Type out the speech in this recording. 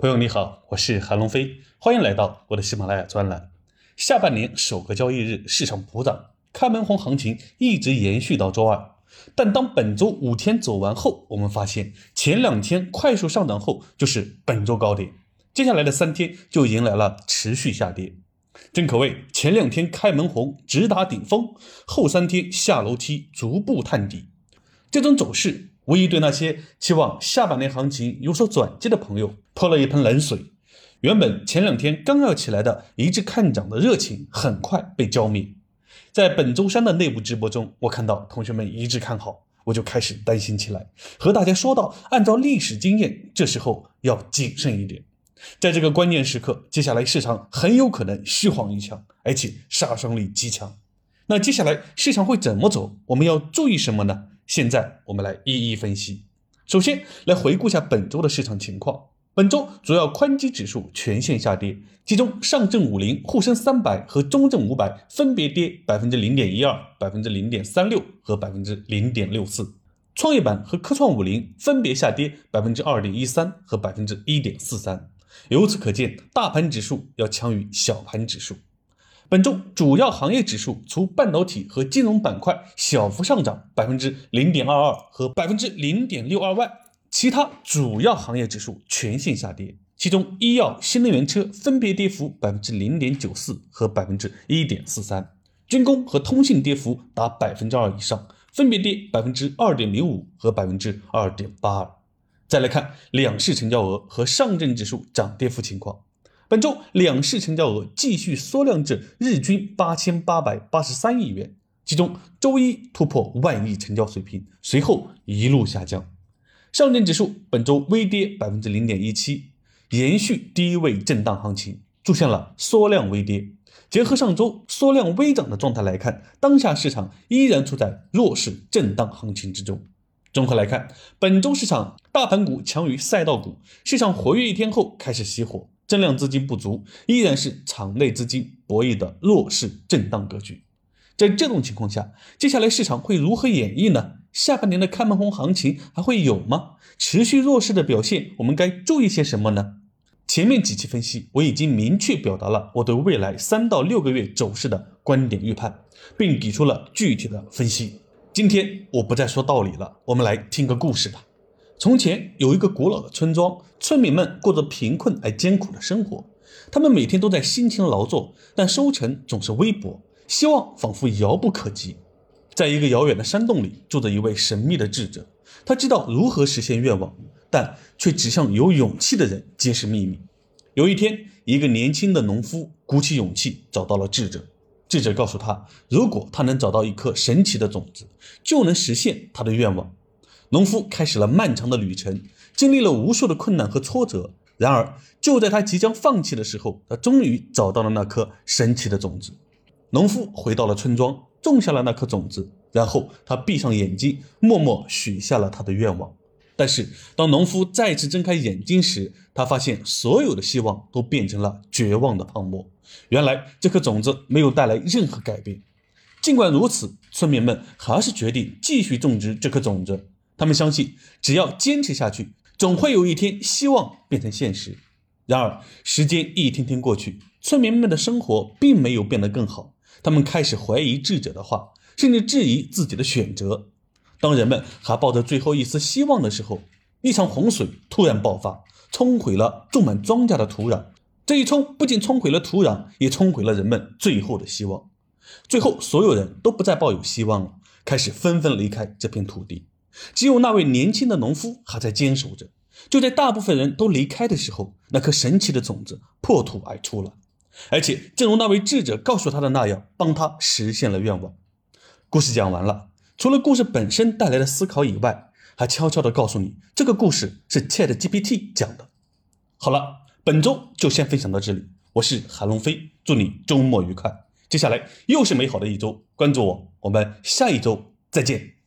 朋友你好，我是韩龙飞，欢迎来到我的喜马拉雅专栏。下半年首个交易日市场补涨，开门红行情一直延续到周二。但当本周5天走完后，我们发现前2天快速上涨后就是本周高点，接下来的3天就迎来了持续下跌。真可谓前2天开门红直达顶峰，后3天下楼梯逐步探底。这种走势无疑对那些期望下半年行情有所转机的朋友泼了一盆冷水。原本前2天刚要起来的一致看涨的热情很快被浇灭。在本周3的内部直播中，我看到同学们一致看好，我就开始担心起来，和大家说到按照历史经验，这时候要谨慎一点。在这个关键时刻，接下来市场很有可能虚晃一枪，而且杀伤力极强。那接下来市场会怎么走？我们要注意什么呢？现在我们来一一分析。首先来回顾一下本周的市场情况。本周主要宽基指数全线下跌，其中上证50、沪深300和中证500分别跌 0.12%、0.36% 和 0.64%。创业板和科创50分别下跌 2.13% 和 1.43%。由此可见，大盘指数要强于小盘指数。本周主要行业指数除半导体和金融板块小幅上涨 0.22% 和 0.62% 外，其他主要行业指数全线下跌，其中医药、新能源车分别跌幅 0.94% 和 1.43%， 军工和通信跌幅达 2% 以上，分别跌 2.05% 和 2.82%。 再来看两市成交额和上证指数涨跌幅情况。本周两市成交额继续缩量至日均8883亿元，其中周一突破万亿成交水平，随后一路下降。上证指数本周微跌 0.17%， 延续低位震荡行情，出现了缩量微跌。结合上周缩量微涨的状态来看，当下市场依然处在弱势震荡行情之中。综合来看，本周市场大盘股强于赛道股，市场活跃1天后开始熄火，增量资金不足，依然是场内资金博弈的弱势震荡格局。在这种情况下，接下来市场会如何演绎呢？下半年的开门红行情还会有吗？持续弱势的表现，我们该注意些什么呢？前面几期分析，我已经明确表达了我对未来3到6个月走势的观点预判，并给出了具体的分析。今天我不再说道理了，我们来听个故事吧。从前有一个古老的村庄，村民们过着贫困而艰苦的生活，他们每天都在辛勤劳作，但收成总是微薄，希望仿佛遥不可及。在一个遥远的山洞里，住着一位神秘的智者，他知道如何实现愿望，但却只向有勇气的人揭示秘密。有一天，一个年轻的农夫鼓起勇气找到了智者，智者告诉他，如果他能找到一颗神奇的种子，就能实现他的愿望。农夫开始了漫长的旅程，经历了无数的困难和挫折，然而就在他即将放弃的时候，他终于找到了那颗神奇的种子。农夫回到了村庄，种下了那颗种子，然后他闭上眼睛，默默许下了他的愿望。但是当农夫再次睁开眼睛时，他发现所有的希望都变成了绝望的泡沫。原来这颗种子没有带来任何改变。尽管如此，村民们还是决定继续种植这颗种子。他们相信，只要坚持下去，总会有一天希望变成现实。然而时间一天天过去，村民们的生活并没有变得更好，他们开始怀疑智者的话，甚至质疑自己的选择。当人们还抱着最后一丝希望的时候，一场洪水突然爆发，冲毁了种满庄稼的土壤。这一冲不仅冲毁了土壤，也冲毁了人们最后的希望。最后所有人都不再抱有希望了，开始纷纷离开这片土地。只有那位年轻的农夫还在坚守着。就在大部分人都离开的时候，那颗神奇的种子破土而出了，而且正如那位智者告诉他的那样，帮他实现了愿望。故事讲完了，除了故事本身带来的思考以外，还悄悄地告诉你，这个故事是 ChatGPT 讲的。好了，本周就先分享到这里，我是韩龙飞，祝你周末愉快。接下来又是美好的一周，关注我，我们下一周再见。